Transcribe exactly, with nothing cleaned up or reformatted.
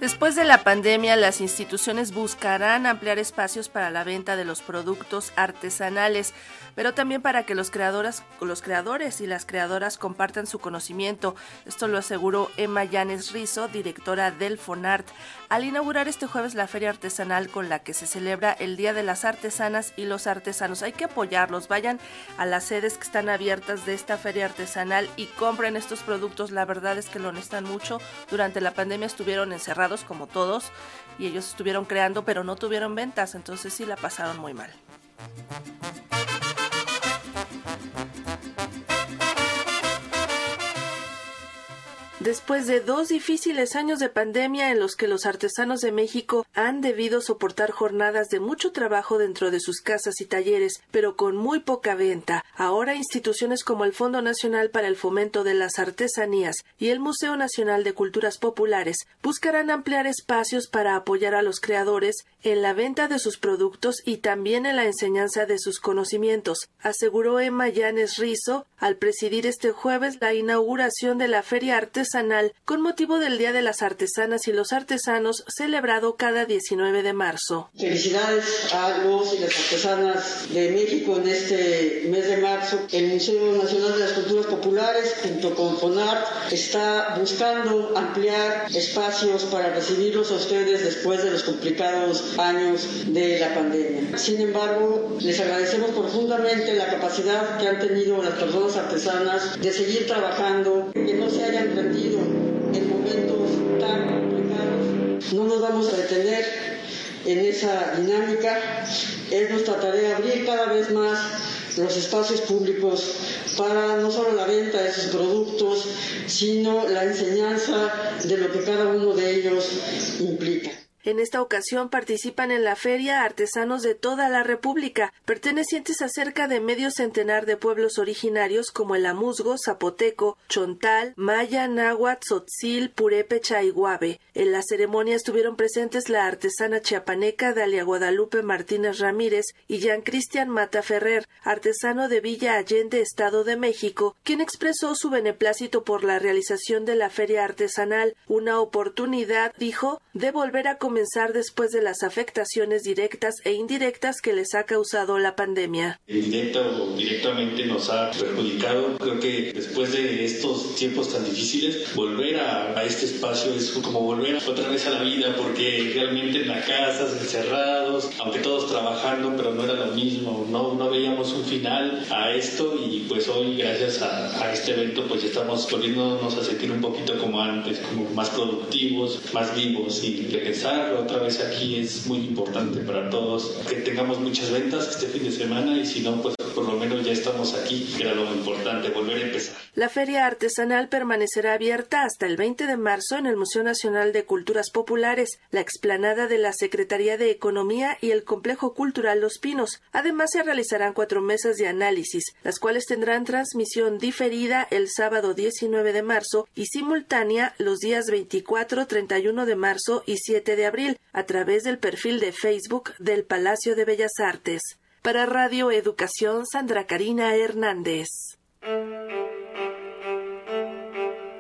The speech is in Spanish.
Después de la pandemia, las instituciones buscarán ampliar espacios para la venta de los productos artesanales, pero también para que los creadores, los creadores y las creadoras compartan su conocimiento. Esto lo aseguró Emma Llanes Rizo, directora del FONART, al inaugurar este jueves la feria artesanal con la que se celebra el Día de las Artesanas y los Artesanos. Hay que apoyarlos, vayan a las sedes que están abiertas de esta feria artesanal y compren estos productos. La verdad es que lo necesitan mucho. Durante la pandemia estuvieron encerrados como todos y ellos estuvieron creando, pero no tuvieron ventas, entonces sí la pasaron muy mal. Después de dos difíciles años de pandemia en los que los artesanos de México han debido soportar jornadas de mucho trabajo dentro de sus casas y talleres, pero con muy poca venta, ahora instituciones como el Fondo Nacional para el Fomento de las Artesanías y el Museo Nacional de Culturas Populares buscarán ampliar espacios para apoyar a los creadores en la venta de sus productos y también en la enseñanza de sus conocimientos, aseguró Emma Llanes Rizo al presidir este jueves la inauguración de la Feria Artesanal con motivo del Día de las Artesanas y los Artesanos, celebrado cada diecinueve de marzo. Felicidades a los y las artesanas de México en este mes de marzo. El Museo Nacional de las Culturas Populares, junto con FONART, está buscando ampliar espacios para recibirlos a ustedes después de los complicados años de la pandemia. Sin embargo, les agradecemos profundamente la capacidad que han tenido las personas artesanas de seguir trabajando, que no se hayan rendido en momentos tan complicados. No nos vamos a detener en esa dinámica. Es nuestra tarea abrir cada vez más los espacios públicos para no solo la venta de sus productos, sino la enseñanza de lo que cada uno de ellos implica. En esta ocasión participan en la feria artesanos de toda la República, pertenecientes a cerca de medio centenar de pueblos originarios como el Amuzgo, Zapoteco, Chontal, Maya, Náhuatl, Tzotzil, Purépecha y Guave. En la ceremonia estuvieron presentes la artesana chiapaneca Dalia Guadalupe Martínez Ramírez y Jean Cristian Mata Ferrer, artesano de Villa Allende, Estado de México, quien expresó su beneplácito por la realización de la feria artesanal, una oportunidad, dijo, de volver a comenzar después de las afectaciones directas e indirectas que les ha causado la pandemia. Indirecta o directamente nos ha perjudicado. Creo que después de estos tiempos tan difíciles, volver a, a este espacio es como volver otra vez a la vida, porque realmente en la casa, encerrados, aunque todos trabajando, pero no era lo mismo, no, no veíamos un final a esto y pues hoy, gracias a, a este evento, pues estamos volviéndonos a sentir un poquito como antes, como más productivos, más vivos y regresar otra vez aquí es muy importante para todos, que tengamos muchas ventas este fin de semana y si no, pues por lo menos ya estamos aquí, que era lo importante, volver a empezar. La feria artesanal permanecerá abierta hasta el veinte de marzo en el Museo Nacional de Culturas Populares, la explanada de la Secretaría de Economía y el Complejo Cultural Los Pinos. Además, se realizarán cuatro mesas de análisis, las cuales tendrán transmisión diferida el sábado diecinueve de marzo y simultánea los días veinticuatro, treinta y uno de marzo y siete de abril, a través del perfil de Facebook del Palacio de Bellas Artes. Para Radio Educación, Sandra Karina Hernández.